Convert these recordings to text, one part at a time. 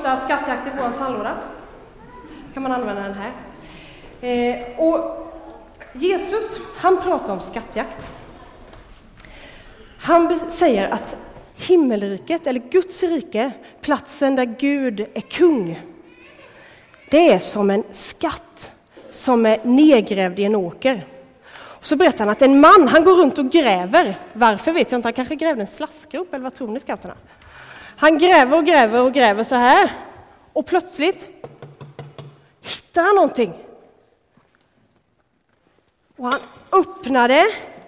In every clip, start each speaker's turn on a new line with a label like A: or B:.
A: första skattjakt i vår sandlåda. Kan man använda den här. Och Jesus, han pratar om skattjakt. Han säger att himmelriket, eller Guds rike, platsen där Gud är kung, det är som en skatt som är nedgrävd i en åker. Och så berättar han att en man, han går runt och gräver. Varför vet jag inte, han kanske grävde en slaskgrupp, eller vad tror ni, scouterna? Han gräver och gräver och gräver så här. Och plötsligt hittar han någonting. Och han öppnar det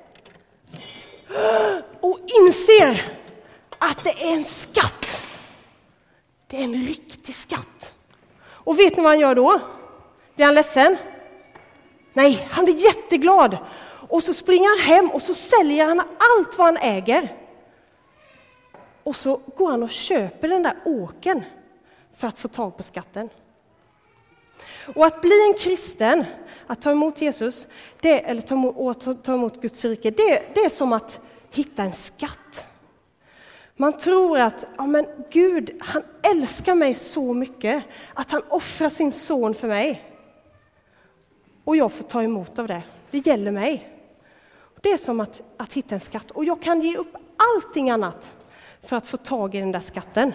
A: och inser att det är en skatt. Det är en riktig skatt. Och vet ni vad han gör då? Blir han ledsen? Nej, han blir jätteglad. Och så springer han hem och så säljer han allt vad han äger. Och så går han och köper den där åken för att få tag på skatten. Och att bli en kristen, att ta emot Jesus, eller ta emot Guds rike, det är som att hitta en skatt. Man tror att Gud, han älskar mig så mycket att han offrar sin son för mig. Och jag får ta emot av det. Det gäller mig. Det är som att hitta en skatt. Och jag kan ge upp allting annat för att få tag i den där skatten.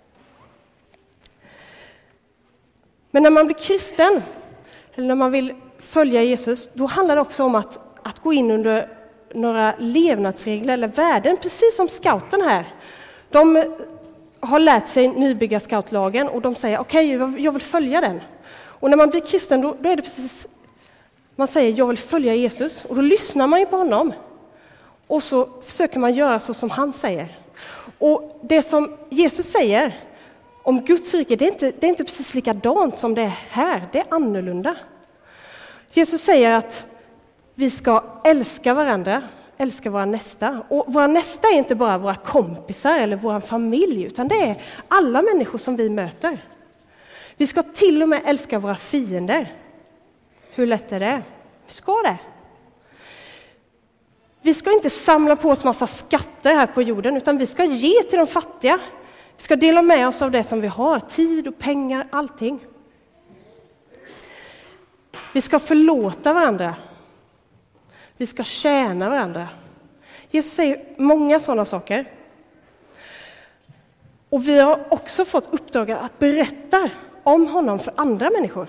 A: Men när man blir kristen, eller när man vill följa Jesus, då handlar det också om att gå in under några levnadsregler eller värden, precis som scouten här. De har lärt sig nybyggarscoutlagen och de säger okej, jag vill följa den. Och när man blir kristen, då är det precis, man säger jag vill följa Jesus, och då lyssnar man ju på honom. Och så försöker man göra så som han säger. Och det som Jesus säger om Guds rike, det är inte precis likadant som det är här, det är annorlunda. Jesus säger att vi ska älska varandra, älska våra nästa. Och våra nästa är inte bara våra kompisar eller vår familj, utan det är alla människor som vi möter. Vi ska till och med älska våra fiender. Hur lätt är det? Vi ska det. Vi ska inte samla på oss massa skatter här på jorden, utan vi ska ge till de fattiga. Vi ska dela med oss av det som vi har, tid och pengar, allting. Vi ska förlåta varandra. Vi ska tjäna varandra. Jesus säger många sådana saker. Och vi har också fått uppdraget att berätta om honom för andra människor.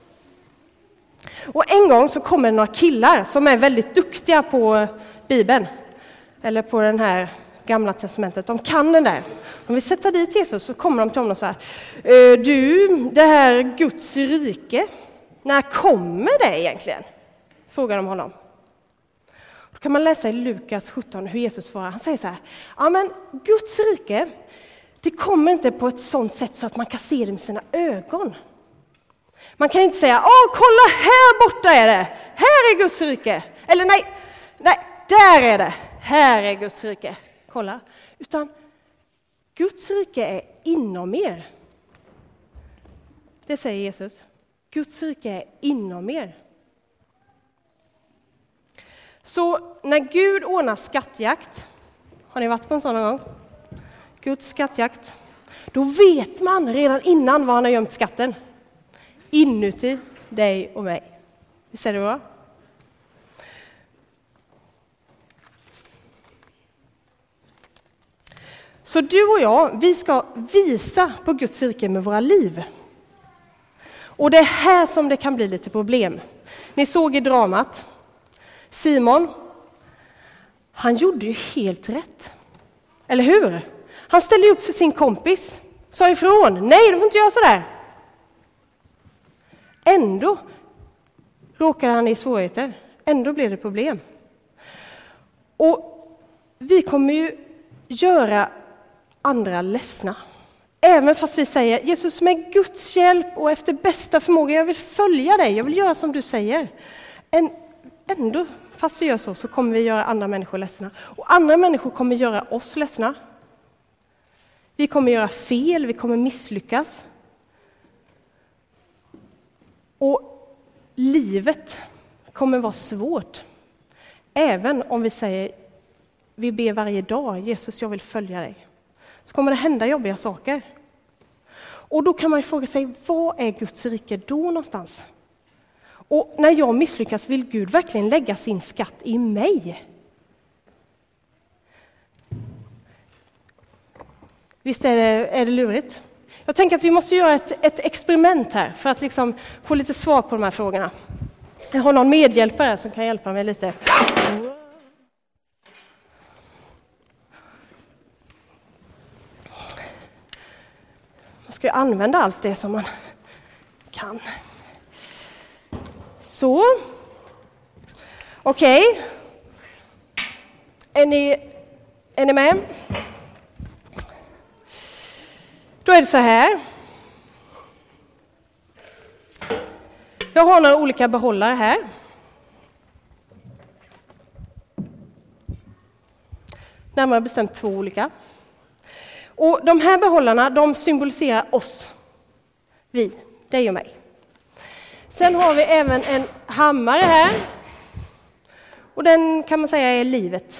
A: Och en gång så kommer några killar som är väldigt duktiga på Bibeln. Eller på den här Gamla testamentet. De kan den där. Om vi sätter dit Jesus så kommer de till honom och så här. Det här Guds rike, när kommer det egentligen? Frågar de honom. Då kan man läsa i Lukas 17 hur Jesus svarar. Han säger så här. Ja, men Guds rike, det kommer inte på ett sånt sätt så att man kan se det med sina ögon. Man kan inte säga, kolla här borta är det. Här är Guds rike. Eller nej, där är det. Här är Guds rike. Kolla. Utan Guds rike är inom er. Det säger Jesus. Guds rike är inom er. Så när Gud ordnar skattjakt, har ni varit på en sån gång? Guds skattjakt. Då vet man redan innan var han har gömt skatten. Inuti dig och mig. Visst är det bra? Så du och jag, vi ska visa på Guds rike med våra liv. Och det är här som det kan bli lite problem. Ni såg i dramat. Simon, han gjorde ju helt rätt. Eller hur? Han ställde upp för sin kompis. Sa ifrån, nej du får inte göra sådär. Ändå råkade han i svårigheter. Ändå blev det problem. Och vi kommer ju göra andra ledsna. Även fast vi säger, Jesus med Guds hjälp och efter bästa förmåga, jag vill följa dig, jag vill göra som du säger. Ändå, fast vi gör så kommer vi göra andra människor ledsna. Och andra människor kommer göra oss ledsna. Vi kommer göra fel, vi kommer misslyckas. Och livet kommer vara svårt. Även om vi säger, vi ber varje dag, Jesus jag vill följa dig. Så kommer det hända jobbiga saker. Och då kan man ju fråga sig, vad är Guds rike då någonstans? Och när jag misslyckas, vill Gud verkligen lägga sin skatt i mig? Visst är det lurigt? Jag tänker att vi måste göra ett experiment här för att liksom få lite svar på de här frågorna. Jag har någon medhjälpare som kan hjälpa mig lite. Man ska ju använda allt det som man kan. Så. Okej. Är ni med? Då är det så här. Jag har några olika behållare här. Närmare bestämt 2 olika. Och de här behållarna, de symboliserar oss. Vi, dig och mig. Sen har vi även en hammare här. Och den kan man säga är livet.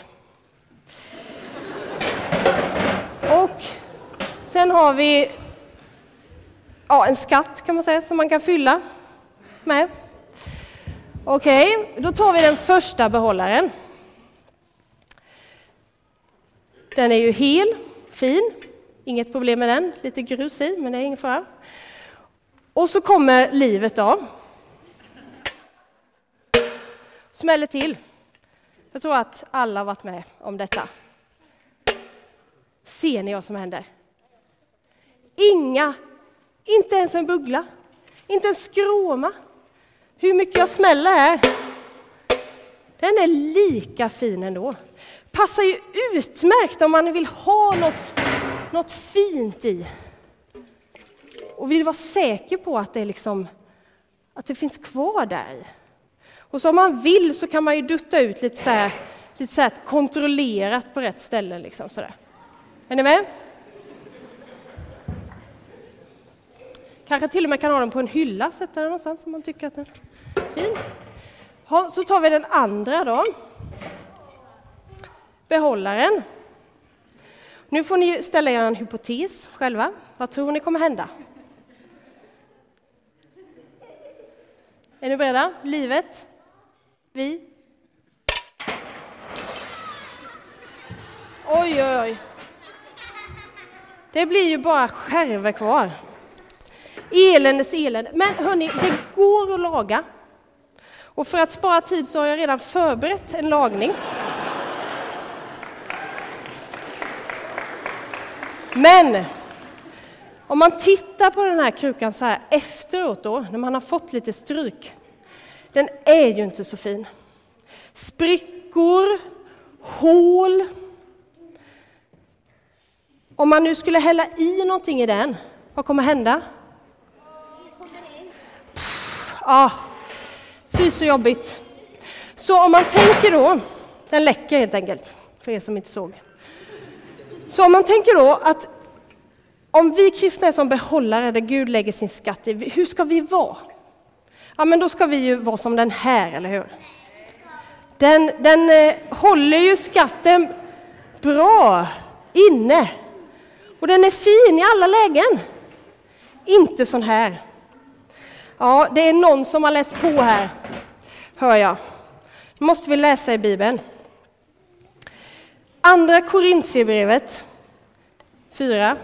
A: Och sen har vi en skatt kan man säga som man kan fylla med. Okej, då tar vi den första behållaren. Den är ju hel, fin. Inget problem med den. Lite grus i, men det är ingen fara. Och så kommer livet då. Smäller till. Jag tror att alla har varit med om detta. Ser ni vad som händer? Inte ens en buggla. Inte en skråma. Hur mycket jag smäller här. Den är lika fin ändå. Passar ju utmärkt om man vill ha något fint i. Och vill vara säker på att att det finns kvar där i. Och så om man vill så kan man ju dutta ut lite så här kontrollerat på rätt ställe liksom sådär. Är ni med? Kanske till och med kan ha den på en hylla, sätta den någonstans som man tycker att den är fin. Så tar vi den andra då. Behållaren. Nu får ni ställa er en hypotes själva. Vad tror ni kommer hända? Är ni beredda? Livet. Vi. Oj, oj, oj. Det blir ju bara skärvor kvar. Eländes elände. Men hörni, det går att laga. Och för att spara tid så har jag redan förberett en lagning. Men om man tittar på den här krukan så här efteråt då, när man har fått lite stryk. Den är ju inte så fin. Sprickor, hål. Om man nu skulle hälla i någonting i den, vad kommer hända? Fy så jobbigt. Så om man tänker då, den läcker helt enkelt, för er som inte såg. Så om man tänker då att om vi kristna är som behållare där Gud lägger sin skatt i, hur ska vi vara? Ja, men då ska vi ju vara som den här, eller hur? Den håller ju skatten bra inne. Och den är fin i alla lägen. Inte sån här. Ja, det är någon som har läst på här, hör jag. Nu måste vi läsa i Bibeln. Andra Korintierbrevet 4.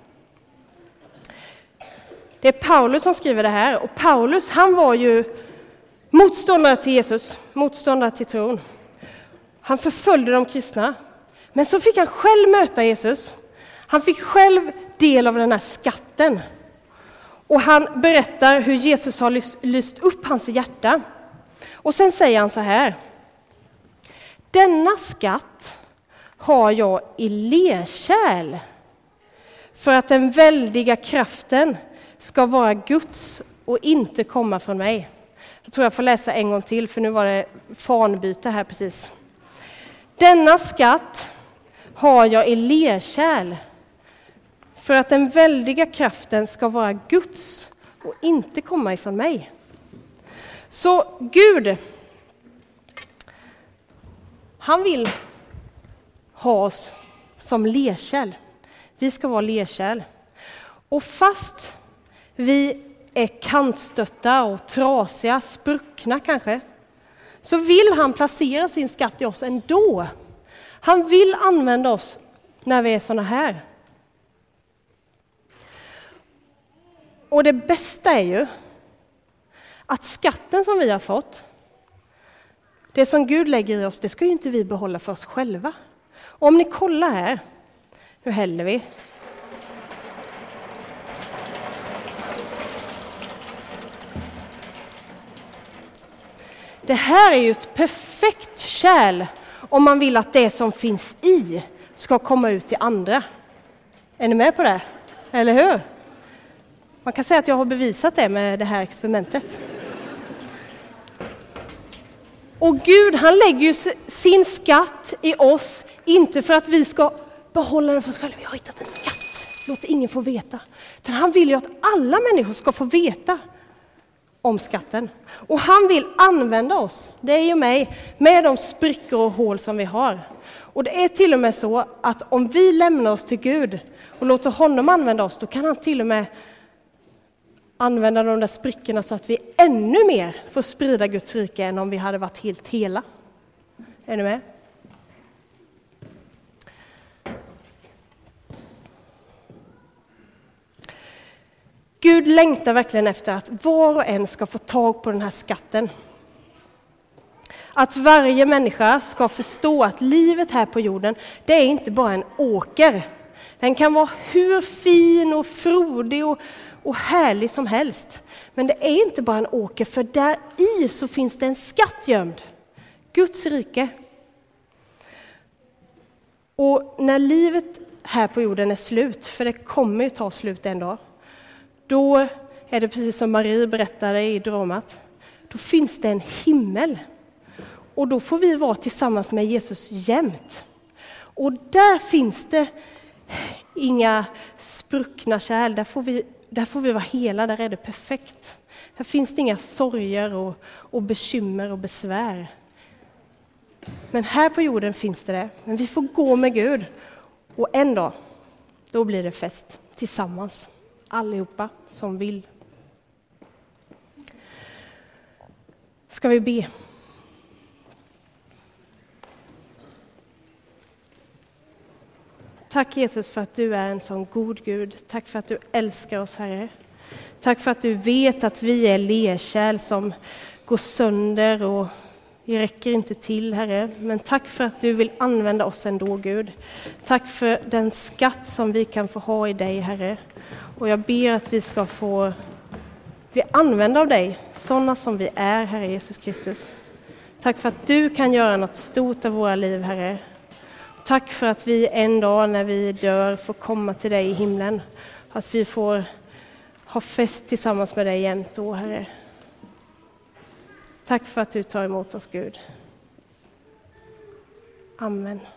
A: Det är Paulus som skriver det här. Och Paulus, han var ju motståndare till Jesus, motståndare till tron. Han förföljde de kristna. Men så fick han själv möta Jesus. Han fick själv del av den här skatten. Och han berättar hur Jesus har lyst upp hans hjärta. Och sen säger han så här. Denna skatt har jag i lerkärl för att den väldiga kraften ska vara Guds och inte komma från mig. Jag tror jag får läsa en gång till, för nu var det fanbyte här precis. Denna skatt har jag i lerkärl för att den väldiga kraften ska vara Guds och inte komma ifrån mig. Så Gud, han vill ha oss som lerkärl. Vi ska vara lerkärl. Och fast vi är kantstötta och trasiga, spruckna kanske, så vill han placera sin skatt i oss ändå. Han vill använda oss när vi är såna här. Och det bästa är ju att skatten som vi har fått, det som Gud lägger i oss, det ska ju inte vi behålla för oss själva. Och om ni kollar här, nu häller vi. Det här är ju ett perfekt kärl om man vill att det som finns i ska komma ut till andra. Är ni med på det? Eller hur? Man kan säga att jag har bevisat det med det här experimentet. Och Gud, han lägger ju sin skatt i oss, inte för att vi ska behålla den för oss själva. Vi har hittat en skatt, låt ingen få veta. Utan han vill ju att alla människor ska få veta om skatten. Och han vill använda oss, dig och mig, med de sprickor och hål som vi har. Och det är till och med så att om vi lämnar oss till Gud och låter honom använda oss, då kan han till och med använda de där sprickorna så att vi ännu mer får sprida Guds rike än om vi hade varit helt hela. Är ni med? Gud längtar verkligen efter att var och en ska få tag på den här skatten. Att varje människa ska förstå att livet här på jorden, det är inte bara en åker. Den kan vara hur fin och frodig och härlig som helst. Men det är inte bara en åker, för där i så finns det en skatt gömd. Guds rike. Och när livet här på jorden är slut, för det kommer ju ta slut en dag, då är det precis som Marie berättade i dramat. Då finns det en himmel. Och då får vi vara tillsammans med Jesus jämt. Och där finns det inga spruckna kärl. Där får vi vara hela, där är det perfekt. Där finns det inga sorger och bekymmer och besvär. Men här på jorden finns det. Men vi får gå med Gud. Och en dag, då blir det fest tillsammans. Allihopa som vill. Ska vi be? Tack Jesus för att du är en sån god Gud. Tack för att du älskar oss, Herre. Tack för att du vet att vi är lerkärl som går sönder och vi räcker inte till, Herre. Men tack för att du vill använda oss ändå, Gud. Tack för den skatt som vi kan få ha i dig, Herre. Och jag ber att vi ska få bli använda av dig, sådana som vi är, Herre Jesus Kristus. Tack för att du kan göra något stort av våra liv, Herre. Tack för att vi en dag när vi dör får komma till dig i himlen. Att vi får ha fest tillsammans med dig jämt då, Herre. Tack för att du tar emot oss, Gud. Amen.